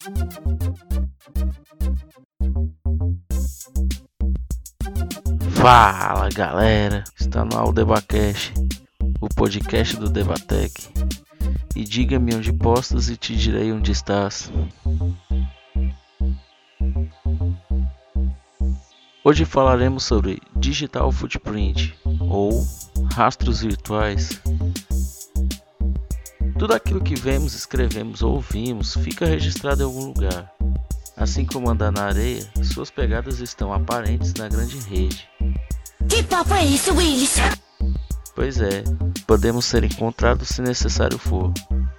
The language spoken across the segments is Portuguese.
Fala galera, está no ar o DebaCast, o podcast do Debatec. E diga-me onde postas e te direi onde estás. Hoje falaremos sobre Digital Footprint, ou rastros virtuais. Tudo aquilo que vemos, escrevemos ou ouvimos fica registrado em algum lugar. Assim como andar na areia, suas pegadas estão aparentes na grande rede. Que papo é isso, Willis? Pois é, podemos ser encontrados se necessário for.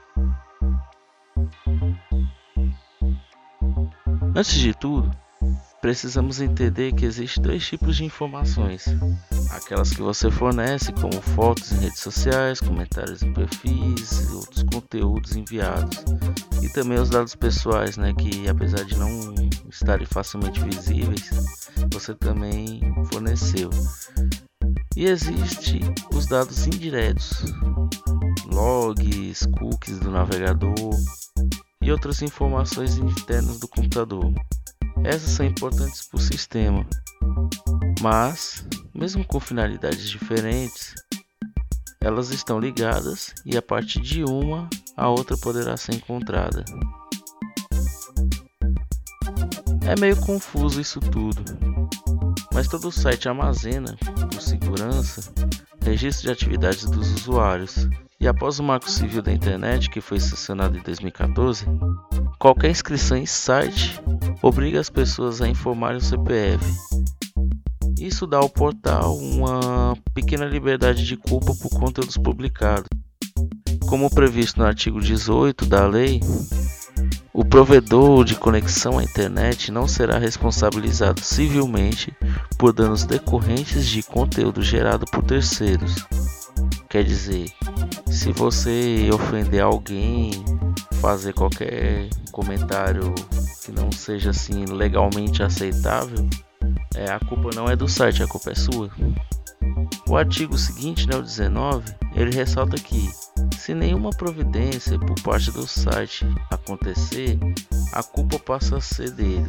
Antes de tudo, precisamos entender que existem dois tipos de informações. Aquelas que você fornece, como fotos em redes sociais, comentários em perfis e outros conteúdos enviados. E também os dados pessoais, que apesar de não estarem facilmente visíveis, você também forneceu. E existem os dados indiretos, logs, cookies do navegador e outras informações internas do computador. Essas são importantes para o sistema, mas, mesmo com finalidades diferentes, elas estão ligadas e a partir de uma, a outra poderá ser encontrada. É meio confuso isso tudo, mas todo site armazena, por segurança, registro de atividades dos usuários. E após o Marco Civil da Internet, que foi sancionado em 2014, qualquer inscrição em site obriga as pessoas a informarem o CPF. Isso dá ao portal uma pequena liberdade de culpa por conteúdos publicados. Como previsto no artigo 18 da lei, o provedor de conexão à internet não será responsabilizado civilmente por danos decorrentes de conteúdo gerado por terceiros. Quer dizer, se você ofender alguém, fazer qualquer comentário que não seja assim legalmente aceitável, a culpa não é do site, a culpa é sua. O artigo seguinte, o 19, ele ressalta que, se nenhuma providência por parte do site acontecer, a culpa passa a ser dele.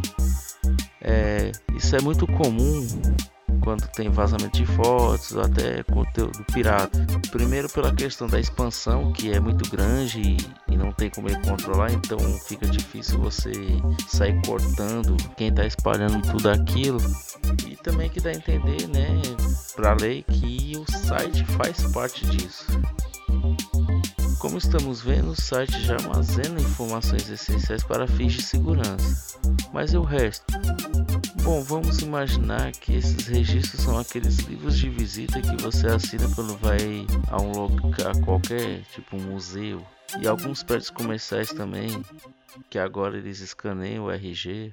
Isso é muito comum quando tem vazamento de fotos ou até conteúdo pirata. Primeiro pela questão da expansão, que é muito grande e não tem como ele controlar, então fica difícil você sair cortando quem está espalhando tudo aquilo. E também que dá a entender, para a lei, que o site faz parte disso. Como estamos vendo, o site já armazena informações essenciais para fins de segurança. Mas e o resto? Bom, vamos imaginar que esses registros são aqueles livros de visita que você assina quando vai a um lugar qualquer, tipo um museu. E alguns prédios comerciais também, que agora eles escaneiam o RG.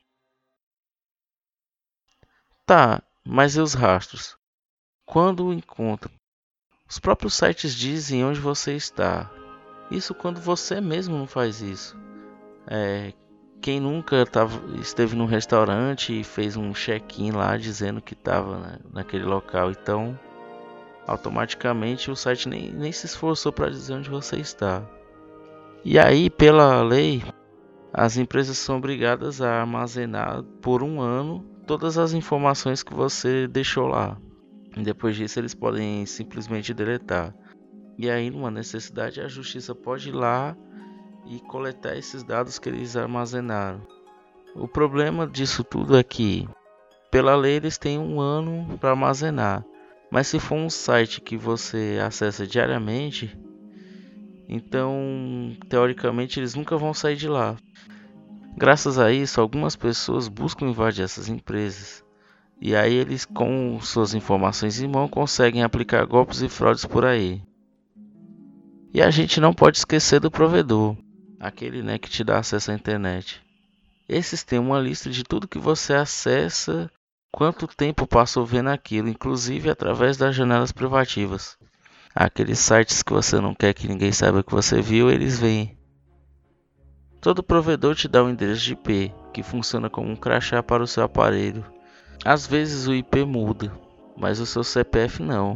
Tá, mas e os rastros? Quando o encontram? Os próprios sites dizem onde você está. Isso quando você mesmo não faz isso. Quem nunca esteve num restaurante e fez um check-in lá dizendo que estava naquele local. Então, automaticamente o site nem se esforçou para dizer onde você está. E aí, pela lei, as empresas são obrigadas a armazenar por 1 ano todas as informações que você deixou lá. Depois disso eles podem simplesmente deletar. E aí, numa necessidade, a justiça pode ir lá e coletar esses dados que eles armazenaram. O problema disso tudo é que, pela lei, eles têm 1 ano para armazenar. Mas se for um site que você acessa diariamente, então, teoricamente, eles nunca vão sair de lá. Graças a isso, algumas pessoas buscam invadir essas empresas. E aí eles, com suas informações em mão, conseguem aplicar golpes e fraudes por aí. E a gente não pode esquecer do provedor, aquele que te dá acesso à internet. Esses têm uma lista de tudo que você acessa, quanto tempo passou vendo aquilo, inclusive através das janelas privativas. Aqueles sites que você não quer que ninguém saiba que você viu, eles veem. Todo provedor te dá um endereço de IP, que funciona como um crachá para o seu aparelho. Às vezes o IP muda, mas o seu CPF não.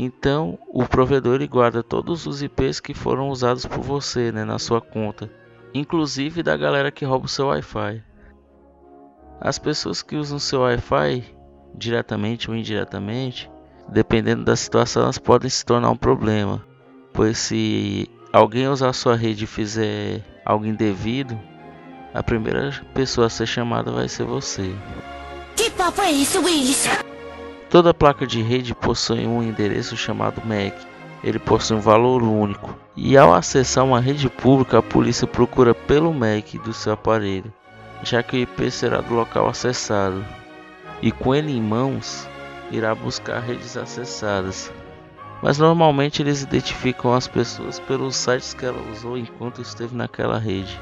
Então, o provedor guarda todos os IPs que foram usados por você, na sua conta. inclusive da galera que rouba o seu Wi-Fi. As pessoas que usam seu Wi-Fi, diretamente ou indiretamente, dependendo da situação, elas podem se tornar um problema. Pois se alguém usar sua rede e fizer algo indevido, a primeira pessoa a ser chamada vai ser você. Que papo é isso, Willis? Toda placa de rede possui um endereço chamado MAC. Ele possui um valor único. E ao acessar uma rede pública, a polícia procura pelo MAC do seu aparelho, já que o IP será do local acessado. E com ele em mãos, irá buscar redes acessadas. Mas normalmente eles identificam as pessoas pelos sites que ela usou enquanto esteve naquela rede.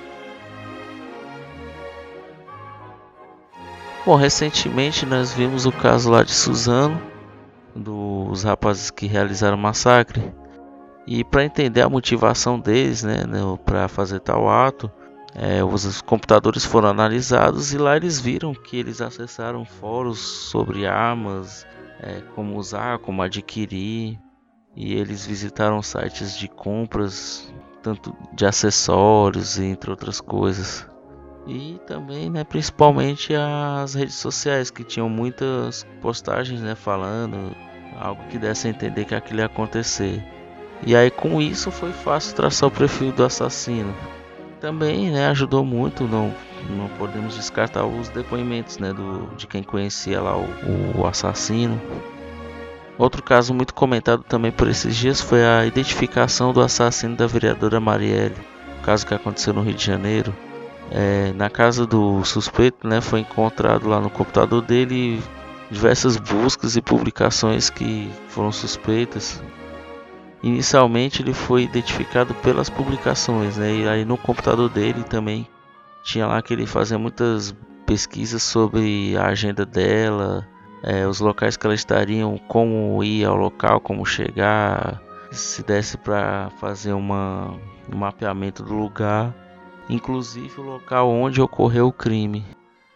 Bom, recentemente nós vimos o caso lá de Suzano, dos rapazes que realizaram o massacre. E para entender a motivação deles, para fazer tal ato, os computadores foram analisados e lá eles viram que eles acessaram fóruns sobre armas, como usar, como adquirir, e eles visitaram sites de compras, tanto de acessórios, entre outras coisas. E também, principalmente as redes sociais, que tinham muitas postagens, falando algo que desse a entender que aquilo ia acontecer. E aí com isso foi fácil traçar o perfil do assassino. Também, ajudou muito, não podemos descartar os depoimentos, de quem conhecia lá o assassino. Outro caso muito comentado também por esses dias foi a identificação do assassino da vereadora Marielle, caso que aconteceu no Rio de Janeiro. Na casa do suspeito, foi encontrado lá no computador dele diversas buscas e publicações que foram suspeitas. Inicialmente ele foi identificado pelas publicações, e aí no computador dele também tinha lá que ele fazia muitas pesquisas sobre a agenda dela, os locais que ela estaria, como ir ao local, como chegar, se desse para fazer um mapeamento do lugar, inclusive o local onde ocorreu o crime.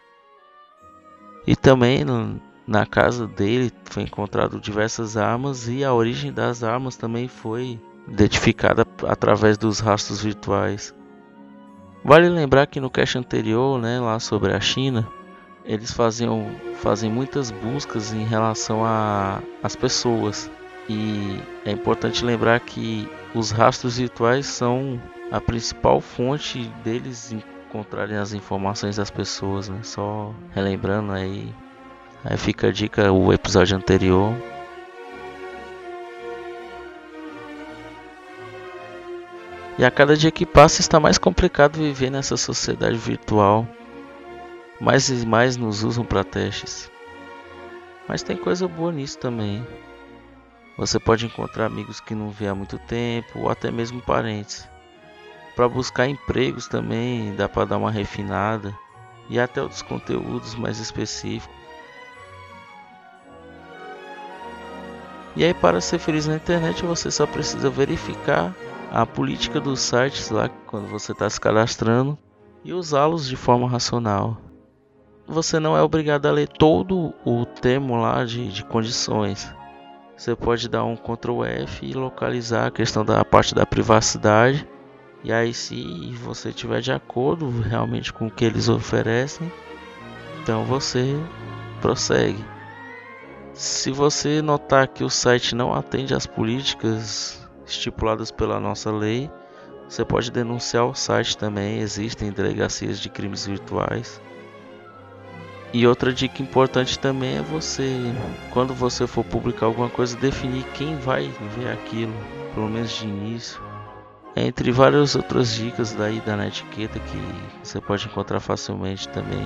E também na casa dele foi encontrado diversas armas e a origem das armas também foi identificada através dos rastros virtuais. Vale lembrar que no cast anterior, lá sobre a China, eles fazem muitas buscas em relação às pessoas. E é importante lembrar que os rastros virtuais são a principal fonte deles encontrarem as informações das pessoas, Só relembrando aí fica a dica, o episódio anterior. E a cada dia que passa está mais complicado viver nessa sociedade virtual. Mais e mais nos usam para testes. Mas tem coisa boa nisso também. Você pode encontrar amigos que não vê há muito tempo, ou até mesmo parentes. Para buscar empregos também dá para dar uma refinada, e até outros conteúdos mais específicos. E aí, para ser feliz na internet, você só precisa verificar a política dos sites lá quando você está se cadastrando e usá-los de forma racional. Você não é obrigado a ler todo o termo lá de condições. Você pode dar um Ctrl F e localizar a questão da parte da privacidade. E aí, se você estiver de acordo realmente com o que eles oferecem, então você prossegue. Se você notar que o site não atende às políticas estipuladas pela nossa lei, você pode denunciar o site também. Existem delegacias de crimes virtuais. E outra dica importante também é quando você for publicar alguma coisa, definir quem vai ver aquilo, pelo menos de início. Entre várias outras dicas daí da Netiqueta que você pode encontrar facilmente também.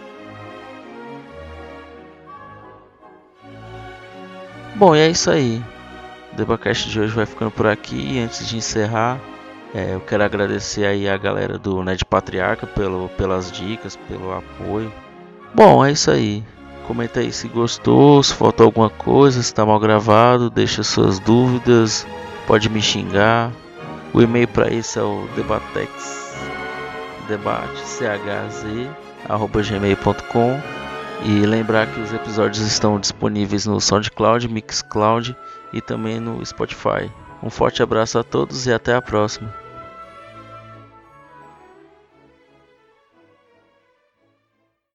Bom, e é isso aí. O Debacast de hoje vai ficando por aqui. E antes de encerrar, eu quero agradecer aí a galera do Ned Patriarca pelas dicas, pelo apoio. Bom, é isso aí. Comenta aí se gostou, se faltou alguma coisa, se está mal gravado, deixa suas dúvidas, pode me xingar. O e-mail para isso é o debatechz@gmail.com. E lembrar que os episódios estão disponíveis no SoundCloud, Mixcloud e também no Spotify. Um forte abraço a todos e até a próxima.